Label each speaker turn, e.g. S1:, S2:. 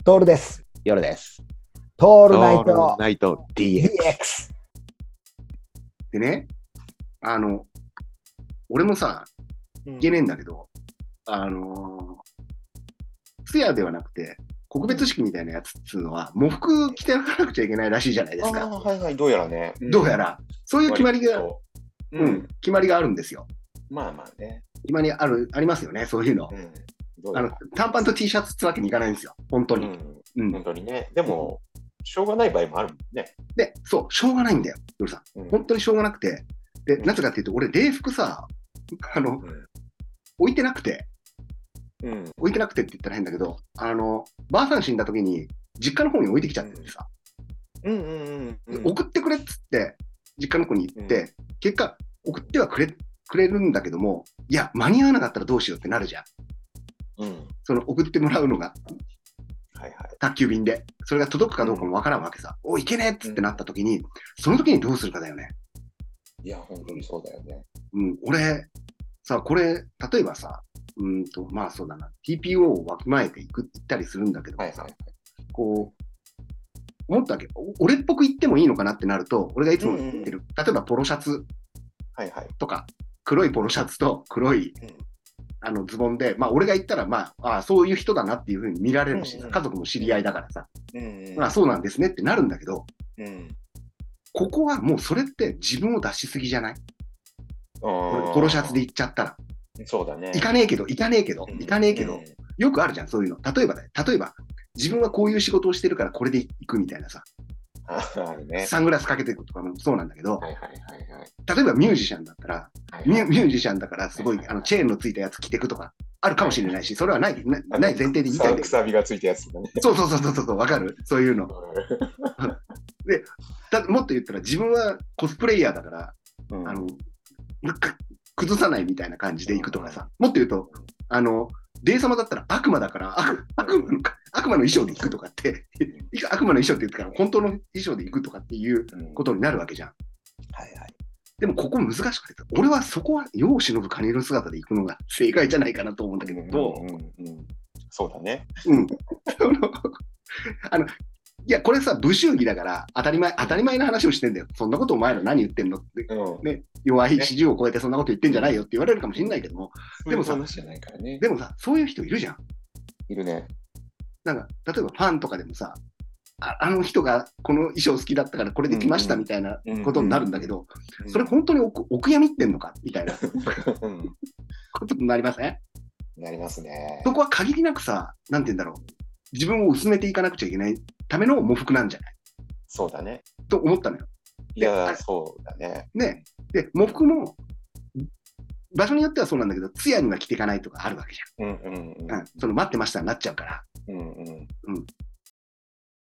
S1: トールです。
S2: 夜です。
S1: トールナイ
S2: オール
S1: ト
S2: ナイト DX。
S1: DX。
S3: でね、俺もさ、いけねえんだけど、通夜ではなくて、告別式みたいなやつっつうのは、喪服着てなかなくちゃいけないらしいじゃないですか。
S2: はいはい、どうやらね。
S3: どうやら、そういう決まりが、決まりがあるんですよ。
S2: まあまあね。
S3: 決まりありますよね、そういうの。短パンと T シャツってわけにいかないんですよ、本当に。
S2: 本当にね。でも、しょうがない場合もあるもんね。
S3: で、そう、しょうがないんだよ、夜さん。本当にしょうがなくて。で、なぜかっていうと、俺、礼服さ、置いてなくて、置いてなくてって言ったら変だけど、ばあさん死んだ時に、実家の方に置いてきちゃっててさ、送ってくれっつって、実家の子に言って、結果、送ってはくれるんだけども、いや、間に合わなかったらどうしようってなるじゃん。その送ってもらうのが、宅急便で、それが届くかどうかもわからんわけさ。おいけねえっつってなった時に、その時にどうするかだよね。
S2: いや、本当にそうだよね。
S3: 俺、さ、これ、例えばさ、まあそうだな、TPO をわきまえて行ったりするんだけどさ、こう、思ったわけ、俺っぽく言ってもいいのかなってなると、俺がいつも言ってる、例えばポロシャツとか、黒いポロシャツと黒い、ズボンで、まあ俺が言ったら、まあ、そういう人だなっていうふうに見られるし、家族も知り合いだからさ、まあそうなんですねってなるんだけど、ここはもうそれって自分を出しすぎじゃない？ポロシャツで行っちゃったら。
S2: そうだね。
S3: 行かねえけど、よくあるじゃん、そういうの。例えば、自分はこういう仕事をしてるからこれで行くみたいなさ。サングラスかけていくとかもそうなんだけど、例えばミュージシャンだったら、ミュージシャンだからすごいチェーンのついたやつ着ていくとかあるかもしれないし、それはない前提で言いたいんだけど。
S2: くさびがついたやつとかね。
S3: そう、わかる？そういうの。で、もっと言ったら自分はコスプレイヤーだから、崩さないみたいな感じで行くとかさ、もっと言うと、デイ様だったら悪魔だから悪魔の衣装で行くとかって、悪魔の衣装って言ってから本当の衣装で行くとかっていうことになるわけじゃん。でもここ難しくて、俺はそこは世を忍ぶカニの姿で行くのが正解じゃないかなと思うんだけど、
S2: そうだね。
S3: いや、これさ、武習技だから当たり前の話をしてんだよ。そんなことお前ら何言ってんのって。ね、弱い40を超えてそんなこと言ってんじゃないよって言われるかもしれないけども。でもさ、そういう人いるじゃん。
S2: いるね。
S3: なんか、例えばファンとかでもさ、あの人がこの衣装好きだったからこれで来ましたみたいなことになるんだけど、それ本当にお悔やみってんのかみたいなことになりません？
S2: なりますね。
S3: そこは限りなくさ、なんて言うんだろう。自分を薄めていかなくちゃいけないための喪服なんじゃない？
S2: そうだね。
S3: と思ったのよ。
S2: いや、そうだね。
S3: ね。で、喪服も、場所によってはそうなんだけど、通夜には着ていかないとかあるわけじゃん。その待ってましたになっちゃうから。